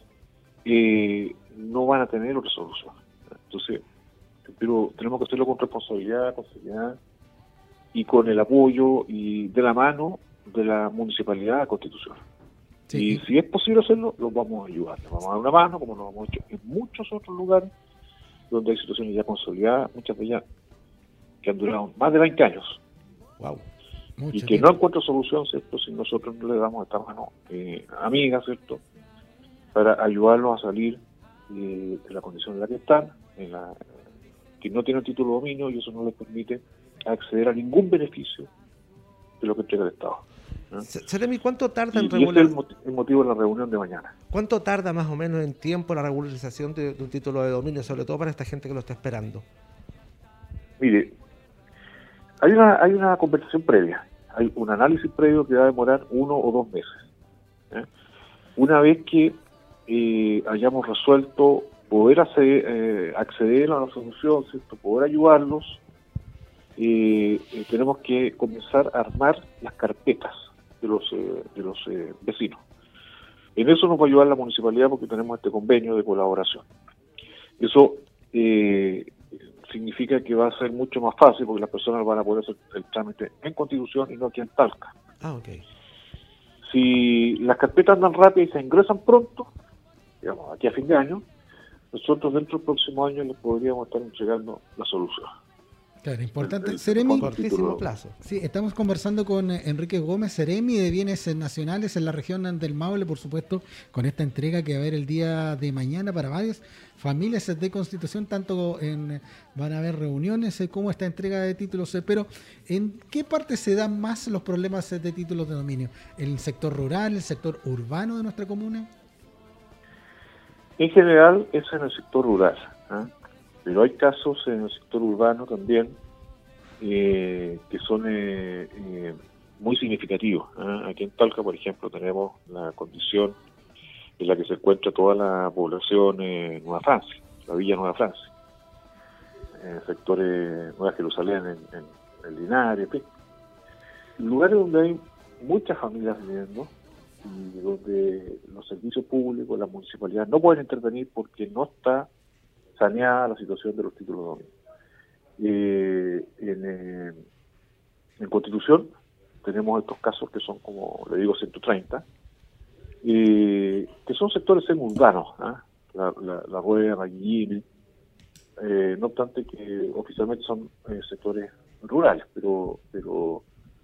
eh, no van a tener otra solución. Entonces, pero tenemos que hacerlo con responsabilidad, con seriedad y con el apoyo y de la mano de la Municipalidad de Constitución. Sí. Y si es posible hacerlo, los vamos a ayudar. Les vamos a dar una mano, como lo hemos hecho en muchos otros lugares donde hay situaciones ya consolidadas, muchas de ellas que han durado más de veinte años. Wow. Mucho Y que tiempo. no encuentran solución, ¿cierto? Si nosotros no le damos esta mano eh, amiga, ¿cierto? Para ayudarlos a salir eh, de la condición en la que están, en la, que no tienen título de dominio y eso no les permite acceder a ningún beneficio de lo que entrega el Estado. ¿no? Seremi, ¿cuánto tarda Y, en y ese regular? es el, mot- el motivo de la reunión de mañana. ¿Cuánto tarda más o menos en tiempo la regularización de, de un título de dominio, sobre todo para esta gente que lo está esperando? Mire, hay una, hay una conversación previa, hay un análisis previo que va a demorar uno o dos meses. ¿eh? Una vez que eh, hayamos resuelto poder acceder, eh, acceder a la solución, ¿cierto? Poder ayudarlos, eh, eh, tenemos que comenzar a armar las carpetas de los, eh, de los eh, vecinos. En eso nos va a ayudar la municipalidad porque tenemos este convenio de colaboración. Eso eh, significa que va a ser mucho más fácil porque las personas van a poder hacer el trámite en Constitución y no aquí en Talca. Ah, ok. Si las carpetas andan rápidas y se ingresan pronto, digamos, aquí a fin de año, nosotros dentro del próximo año les podríamos estar entregando la solución. Claro, importante. El- el- Seremi, Cortísimo título- plazo. sí, estamos conversando con eh, Enrique Gómez, Seremi de Bienes Nacionales en la región del Maule, por supuesto, con esta entrega que va a haber el día de mañana para varias familias de Constitución, tanto en van a haber reuniones eh, como esta entrega de títulos, eh, pero ¿en qué parte se dan más los problemas eh, de títulos de dominio? ¿El sector rural, el sector urbano de nuestra comuna? En general es en el sector rural, ¿ah? Pero hay casos en el sector urbano también eh, que son eh, eh, muy significativos. ¿ah? Aquí en Talca, por ejemplo, tenemos la condición en la que se encuentra toda la población eh, Nueva Francia, la Villa Nueva Francia, en el sector eh, Nueva Jerusalén, en, en, en Linares, en fin. Lugares donde hay muchas familias viviendo y donde los servicios públicos, las municipalidades no pueden intervenir porque no está saneada la situación de los títulos de dominio. Eh, en, eh, en Constitución tenemos estos casos que son, como le digo, ciento treinta, eh, que son sectores semi-urbanos, ¿ah? la, la, la Rueda, Maguillini, eh, no obstante que oficialmente son eh, sectores rurales, pero pero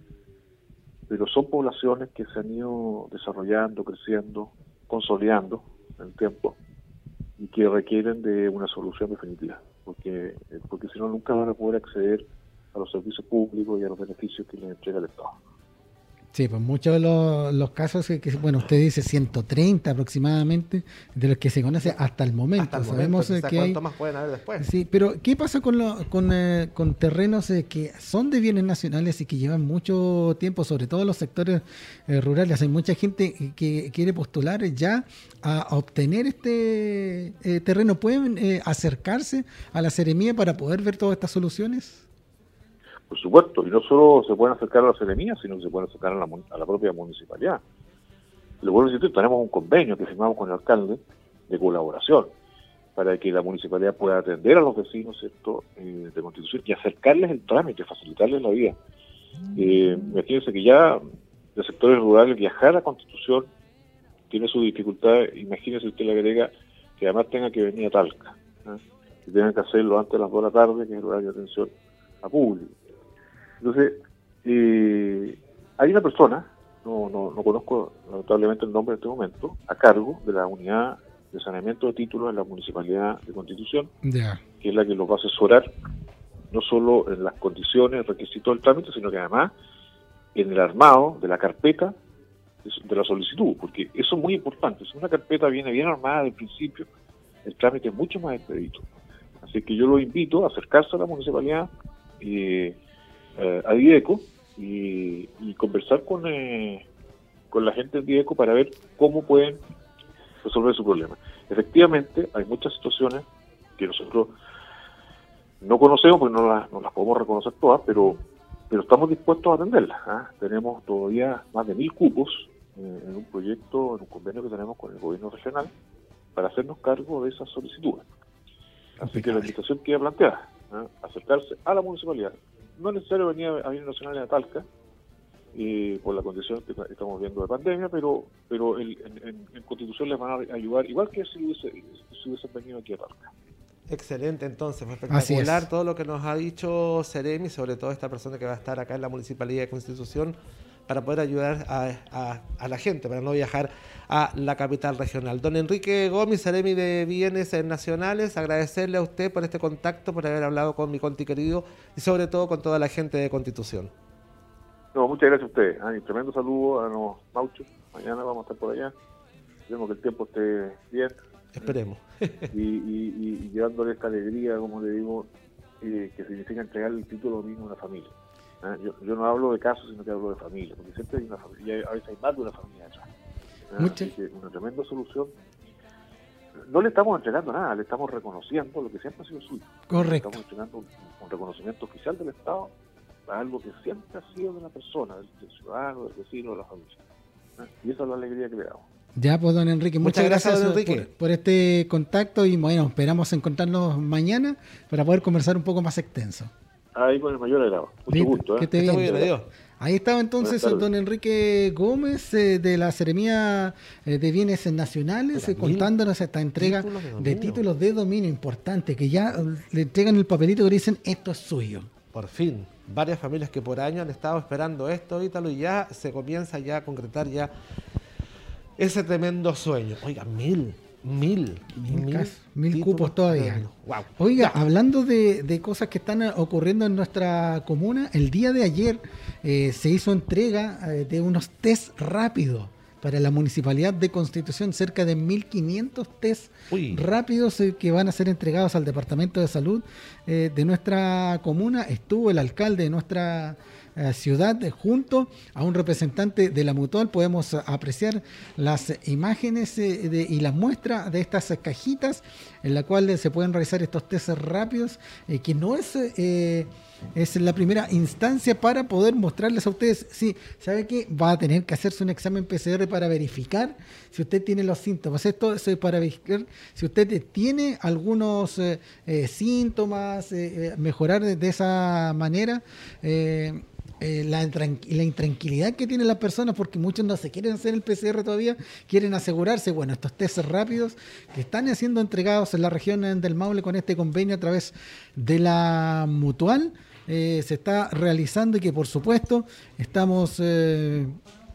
pero son poblaciones que se han ido desarrollando, creciendo, consolidando en el tiempo y que requieren de una solución definitiva, porque porque si no nunca van a poder acceder a los servicios públicos y a los beneficios que les entrega el Estado. Sí, pues muchos de los, los casos que, que, bueno, usted dice ciento treinta aproximadamente, de los que se conoce hasta el momento. Hasta el Sabemos momento, eh, quizá que hay... ¿cuánto más pueden haber después? Sí, pero ¿qué pasa con, lo, con, eh, con terrenos eh, que son de bienes nacionales y que llevan mucho tiempo, sobre todo en los sectores eh, rurales? Hay mucha gente que, que quiere postular ya a, a obtener este eh, terreno. ¿Pueden eh, acercarse a la Seremía para poder ver todas estas soluciones? Por supuesto, y no solo se pueden acercar a la Seremía, sino que se pueden acercar a la, a la propia municipalidad. Le vuelvo a decir, tenemos un convenio que firmamos con el alcalde de colaboración para que la municipalidad pueda atender a los vecinos, ¿cierto?, eh, de Constitución y acercarles el trámite, facilitarles la vida. Eh, imagínense que ya de sectores rurales viajar a Constitución tiene su dificultad. Imagínense usted le agrega que además tenga que venir a Talca, ¿eh? y tenga que hacerlo antes de las dos de la tarde, que es el horario de atención a público. Entonces, eh, hay una persona, no, no, no conozco lamentablemente el nombre en este momento, a cargo de la unidad de saneamiento de títulos en la Municipalidad de Constitución, Ya. que es la que los va a asesorar no solo en las condiciones, requisitos del trámite, sino que además en el armado de la carpeta de la solicitud, porque eso es muy importante. Si una carpeta viene bien armada del principio, el trámite es mucho más expedito. Así que yo los invito a acercarse a la municipalidad, eh, eh, a Dideco, y, y conversar con, eh, con la gente de Dideco para ver cómo pueden resolver su problema. Efectivamente, hay muchas situaciones que nosotros no conocemos, porque no las, no las podemos reconocer todas, pero pero estamos dispuestos a atenderlas. ¿eh? Tenemos todavía más de mil cupos eh, en un proyecto, en un convenio que tenemos con el gobierno regional para hacernos cargo de esas solicitudes. Así que la invitación queda planteada, ¿eh? acercarse a la municipalidad. No es necesario venir a Avenida Nacional en Atalca, eh, por la condición que estamos viendo de pandemia, pero pero el, en, en, en Constitución les van a ayudar, igual que si hubiese, si hubiesen venido aquí a Atalca. Excelente, entonces, fue Así espectacular es. todo lo que nos ha dicho Seremi, sobre todo esta persona que va a estar acá en la Municipalidad de Constitución, para poder ayudar a, a, a la gente, para no viajar a la capital regional. Don Enrique Gómez, Seremi de Bienes Nacionales, agradecerle a usted por este contacto, por haber hablado con mi conti querido y sobre todo con toda la gente de Constitución. No, muchas gracias a ustedes. ¿eh? Y tremendo saludo a los mauchos. Mañana vamos a estar por allá. Esperemos que el tiempo esté bien. Esperemos. Y, y, y llevándole esta alegría, como le digo, eh, que significa entregar el título mismo a una familia. ¿eh? Yo, yo no hablo de casos, sino que hablo de familia, porque siempre hay una familia, y a veces hay más de una familia atrás. ¿eh? Mucha- Así que una tremenda solución. No le estamos entregando nada, le estamos reconociendo lo que siempre ha sido suyo. Correcto. Estamos entregando un, un reconocimiento oficial del Estado a algo que siempre ha sido de la persona, del, del ciudadano, del vecino, de la familia. ¿eh? Y esa es la alegría que le damos. Ya, pues, don Enrique, muchas, Muchas gracias, gracias, don Enrique. Por, por este contacto y bueno, esperamos encontrarnos mañana para poder conversar un poco más extenso. Ahí con el mayor agrado. Mucho Listo, gusto. ¿eh? que te Está muy bien. bien, adiós. Ahí estaba entonces Buenas tardes. don Enrique Gómez eh, de la Seremía eh, de Bienes Nacionales, Mira, eh, contándonos esta entrega títulos de de, dominio. títulos de dominio importante, que ya eh, le entregan el papelito que le dicen esto es suyo. Por fin, varias familias que por años han estado esperando esto, Ítalo, y ya se comienza ya a concretar ya ese tremendo sueño. Oiga, mil, mil, Mil cas- mil títulos cupos todavía. de- Wow. Oiga, hablando de, de cosas que están eh, ocurriendo en nuestra comuna, el día de ayer eh, se hizo entrega eh, de unos test rápidos para la Municipalidad de Constitución, cerca de mil quinientos test Uy. rápidos eh, que van a ser entregados al Departamento de Salud eh, de nuestra comuna. Estuvo el alcalde de nuestra eh, ciudad eh, junto a un representante de la Mutual. Podemos eh, apreciar las eh, imágenes eh, de- y las muestras de estas eh, cajitas en la cual eh, se pueden realizar estos test rápidos, eh, que no es... eh, es la primera instancia para poder mostrarles a ustedes, sí, ¿sabe qué? Va a tener que hacerse un examen P C R para verificar si usted tiene los síntomas. Esto es para verificar si usted tiene algunos eh, eh, síntomas, eh, eh, mejorar de, de esa manera. eh, eh, la, intran- la intranquilidad que tienen las personas, porque muchos no se quieren hacer el P C R todavía, quieren asegurarse. Bueno, estos test rápidos que están siendo entregados en la región eh, del Maule con este convenio a través de la Mutual, eh, se está realizando y que por supuesto estamos... eh,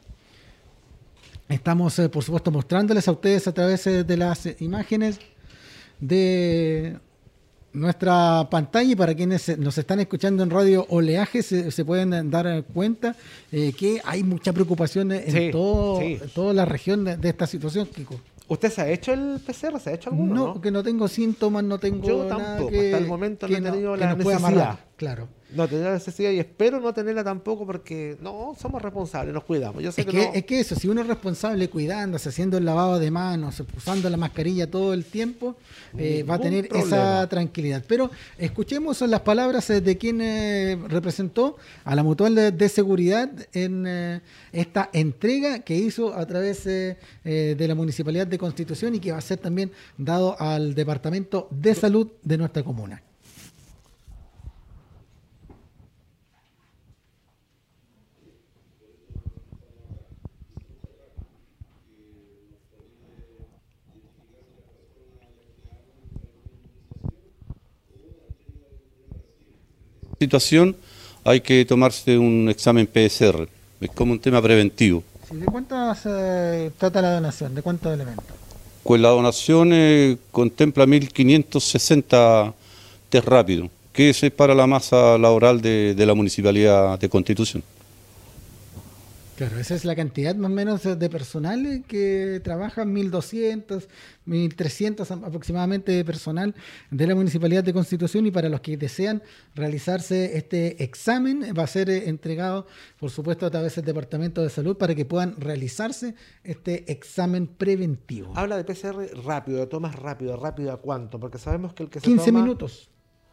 Estamos, eh, por supuesto, mostrándoles a ustedes a través eh, de las eh, imágenes de nuestra pantalla, y para quienes eh, nos están escuchando en Radio Oleaje se, se pueden eh, dar eh, cuenta eh, que hay mucha preocupación eh, en Sí, todo, sí. toda la región de, de esta situación, Kiko. ¿Usted se ha hecho el P C R? ¿Se ha hecho alguno? No, No, porque no tengo síntomas, no tengo Yo nada tampoco, que, hasta el momento no que he tenido que la nos pueda necesidad. amarrar, claro. no tenía necesidad y espero no tenerla tampoco porque no, somos responsables, nos cuidamos. Yo sé Es que, que, no. es que eso, si uno es responsable cuidándose, haciendo el lavado de manos, usando la mascarilla todo el tiempo, eh, va a Ningún tener problema. esa tranquilidad. Pero escuchemos las palabras eh, de quien eh, representó a la Mutual de, de Seguridad en eh, esta entrega que hizo a través eh, eh, de la Municipalidad de Constitución y que va a ser también dado al Departamento de Salud de nuestra comuna. Situación hay que tomarse un examen P C R, es como un tema preventivo. Sí, ¿de cuántas eh, trata la donación? ¿De cuántos elementos? Pues la donación eh, contempla mil quinientos sesenta test rápidos, que es para la masa laboral de, de la Municipalidad de Constitución. Claro, esa es la cantidad más o menos de personal que trabaja, mil doscientos, mil trescientos aproximadamente de personal de la Municipalidad de Constitución, y para los que desean realizarse este examen va a ser entregado, por supuesto, a través del Departamento de Salud para que puedan realizarse este examen preventivo. Habla de P C R rápido, de tomas rápido, rápido a cuánto, porque sabemos que el que se quince toma... minutos.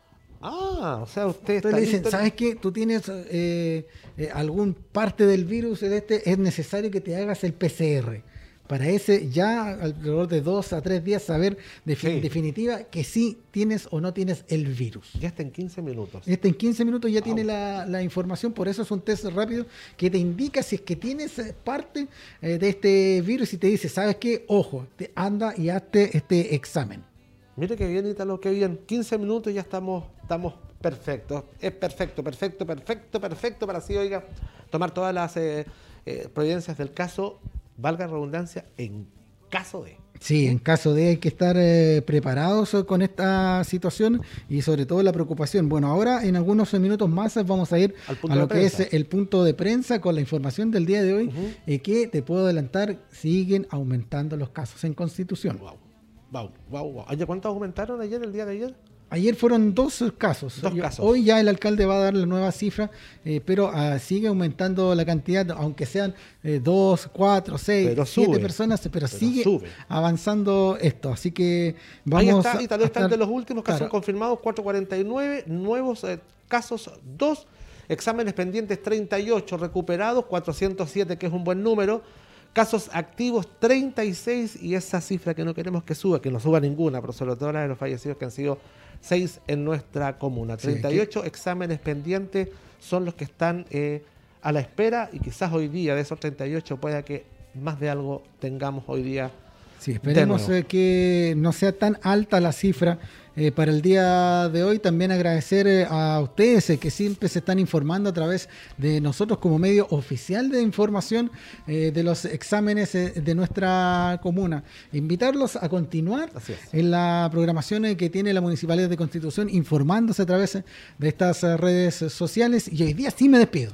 Ah, o sea, usted Entonces está le dicen, listo. ¿sabes qué? Tú tienes eh, eh, algún parte del virus de este, es necesario que te hagas el P C R. Para ese ya alrededor de dos a tres días saber de Sí. en definitiva que sí tienes o no tienes el virus. Ya está en quince minutos. Este en quince minutos ya Wow. tiene la, la información, por eso es un test rápido que te indica si es que tienes eh, parte eh, de este virus y te dice, ¿sabes qué? Ojo, te anda y hazte este examen. Mire que bien, Ítalo, que bien. quince minutos y ya estamos, estamos perfectos. Es perfecto, perfecto, perfecto, perfecto para así, oiga, tomar todas las eh, eh, providencias del caso, valga la redundancia, en caso de... Sí, en caso de hay que estar eh, preparados eh, con esta situación y sobre todo la preocupación. Bueno, ahora en algunos minutos más eh, vamos a ir Al punto a lo de que prensa. es el punto de prensa con la información del día de hoy, Ujú. eh, que te puedo adelantar, siguen aumentando los casos en Constitución. Wow, wow, wow, wow. Oye, ¿cuántos aumentaron ayer, el día de ayer? Ayer fueron dos casos. Dos Yo- casos. Hoy ya el alcalde va a dar la nueva cifra, eh, pero ah, sigue aumentando la cantidad, aunque sean eh, dos, cuatro, seis, Pero siete sube. personas, pero, Pero sigue sube. avanzando esto. Así que Ahí vamos está, a- Ítalo, a está estar- entre los últimos casos claro. confirmados, cuatrocientos cuarenta y nueve, nuevos eh, casos, dos, exámenes pendientes, treinta y ocho, recuperados, cuatrocientos siete, que es un buen número, casos activos, treinta y seis, y esa cifra que no queremos que suba, que no suba ninguna, pero sobre todo la de los fallecidos, que han sido seis en nuestra comuna. Sí, treinta y ocho exámenes pendientes son los que están eh, a la espera, y quizás hoy día de esos treinta y ocho pueda que más de algo tengamos hoy día. Sí, esperemos nuevo. eh, que no sea tan alta la cifra eh, para el día de hoy. También agradecer eh, a ustedes eh, que siempre se están informando a través de nosotros como medio oficial de información eh, de los exámenes eh, de nuestra comuna. Invitarlos a continuar Así es. en la programación eh, que tiene la Municipalidad de Constitución, informándose a través eh, de estas eh, redes eh, sociales. Y hoy día sí me despido.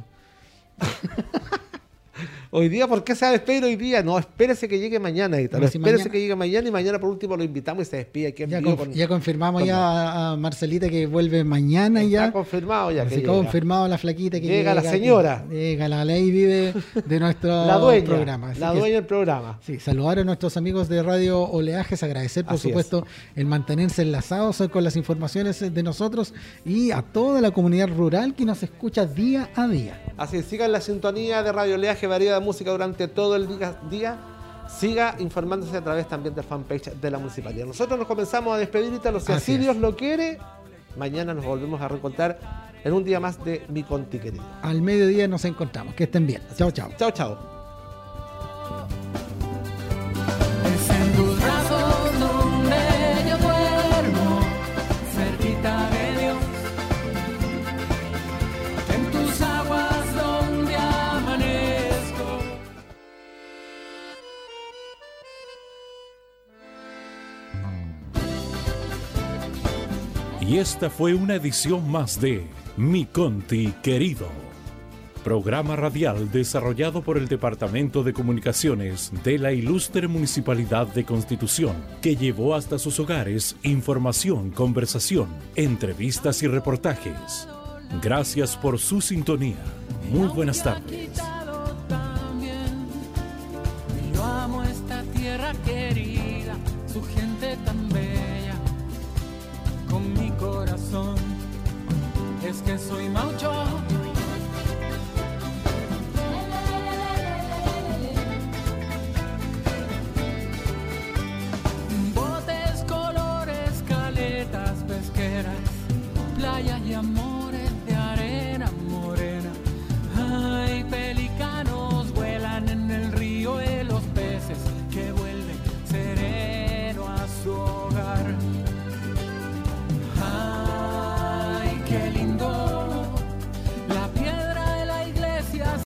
Hoy día, ¿por qué se va a despedir hoy día? No, espérese que llegue mañana, Ítalo. No, si Espérese mañana- que llegue mañana, y mañana por último lo invitamos y se despide aquí en Ya, vivo conf- con- ya confirmamos con- ya a, a Marcelita que vuelve mañana Está ya. confirmado ya que Así llega. confirmado la flaquita que Llega la aquí. señora. Llega la lady de, de nuestro La dueña, programa. Así la que, dueña del programa. sí, saludar a nuestros amigos de Radio Oleajes, agradecer por Así supuesto el mantenerse enlazados con las informaciones de nosotros y a toda la comunidad rural que nos escucha día a día. Así es, sigan la sintonía de Radio Oleaje, variedad de música durante todo el día, día. Siga informándose a través también del fanpage de la municipalidad. Nosotros nos comenzamos a despedir, Ítalo, si Así así es. Dios lo quiere. Mañana nos volvemos a reencontrar en un día más de Mi Conti Querido. Al mediodía nos encontramos. Que estén bien. Chao, chao. Chao, chao. Es en tus brazos donde yo duermo, cerquita de Dios. En tus aguas donde amanezco. Y esta fue una edición más de Mi Conti Querido, programa radial desarrollado por el Departamento de Comunicaciones de la Ilustre Municipalidad de Constitución, que llevó hasta sus hogares información, conversación, entrevistas y reportajes. Gracias por su sintonía. Muy buenas tardes. También, yo amo esta tierra querida, su gente tan bella, con mi corazón, es que soy maucho. Botes, colores, caletas pesqueras, playas y amores de arena morena. Ay, pelícanos vuelan en el río de los peces que vuelven sereno a su hogar. Ay, qué lindo